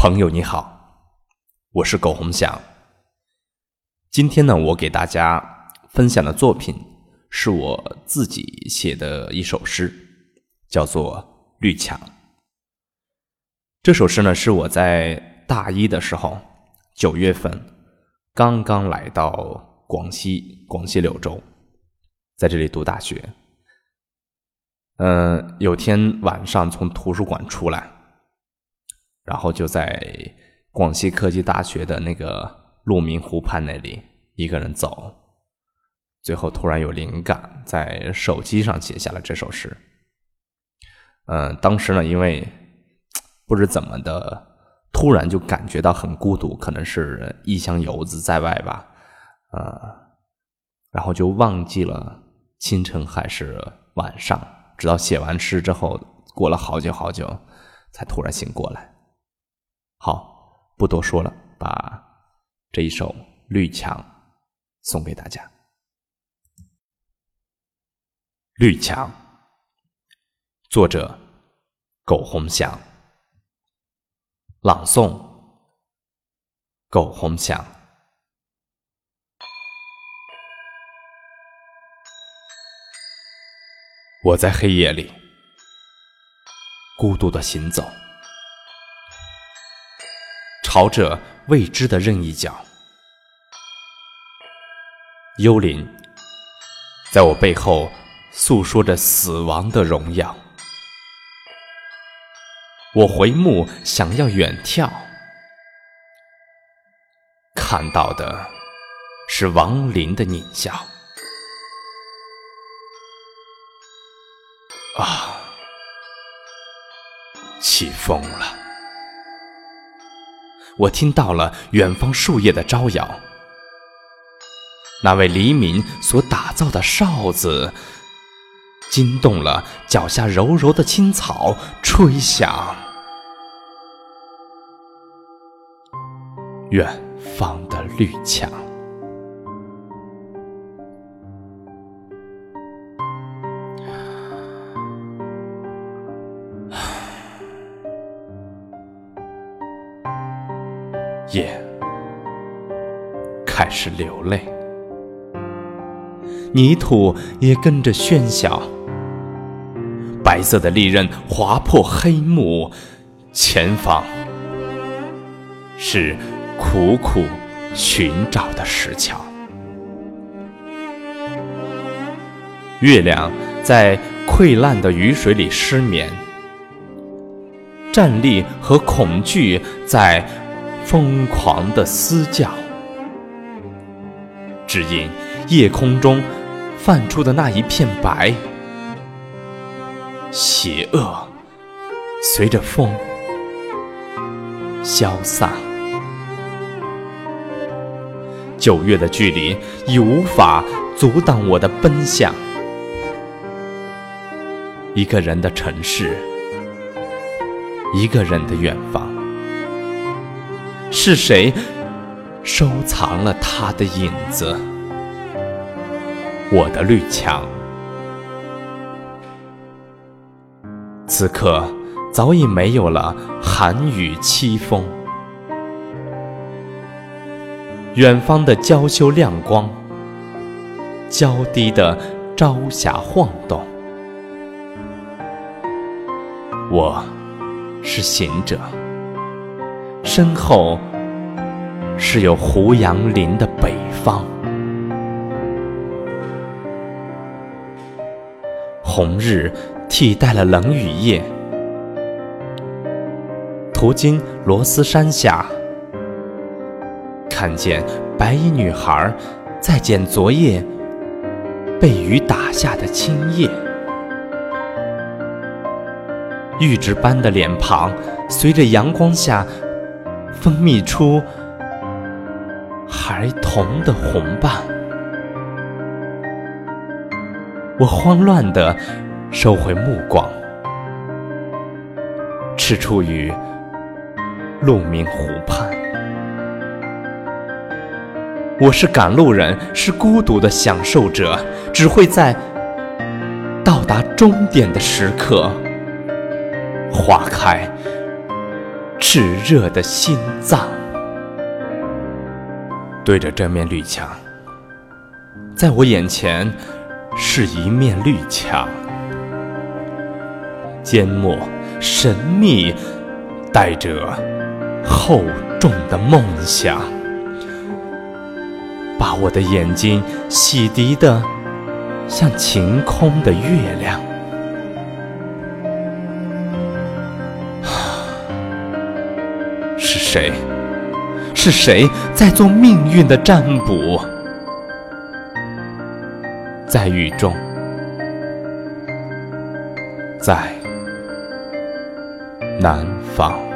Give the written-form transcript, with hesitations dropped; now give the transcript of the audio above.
朋友你好，我是苟洪祥。今天呢，我给大家分享的作品是我自己写的一首诗，叫做《绿墙》。这首诗呢，是我在大一的时候，9月份刚刚来到广西柳州，在这里读大学。有天晚上从图书馆出来，然后就在广西科技大学的那个鹿鸣湖畔那里一个人走，最后突然有灵感，在手机上写下了这首诗。当时呢，因为不知怎么的，突然就感觉到很孤独，可能是异乡游子在外吧，然后就忘记了清晨还是晚上，直到写完诗之后，过了好久好久，才突然醒过来。好，不多说了，把这一首《绿墙》送给大家。绿墙，作者苟洪祥，朗诵苟洪祥。我在黑夜里孤独地行走，朝着未知的任意角，幽灵在我背后诉说着死亡的荣耀。我回目想要远眺，看到的是亡灵的狞笑。起风了，我听到了远方树叶的招摇，那位黎明所打造的哨子惊动了脚下柔柔的青草，吹响远方的绿墙。夜开始流泪，泥土也跟着喧嚣，白色的利刃划破黑幕，前方是苦苦寻找的石桥。月亮在溃烂的雨水里失眠，战栗和恐惧在疯狂的嘶叫，只因夜空中泛出的那一片白，邪恶随着风消散。9月的距离已无法阻挡我的奔向，一个人的城市，一个人的远方。是谁收藏了他的影子？我的绿墙，此刻早已没有了寒雨凄风。远方的娇羞亮光，娇滴的朝霞晃动。我是行者，身后是有胡杨林的北方。红日替代了冷雨夜，途经罗斯山下，看见白衣女孩在捡昨夜被雨打下的青叶。玉质般的脸庞随着阳光下分泌出孩童的红瓣。我慌乱地收回目光，赤处于鹿鸣湖畔。我是赶路人，是孤独的享受者，只会在到达终点的时刻花开炽热的心脏。对着这面绿墙，在我眼前是一面绿墙，缄默神秘，带着厚重的梦想，把我的眼睛洗涤得像晴空的月亮。是谁？是谁在做命运的占卜？在雨中，在南方。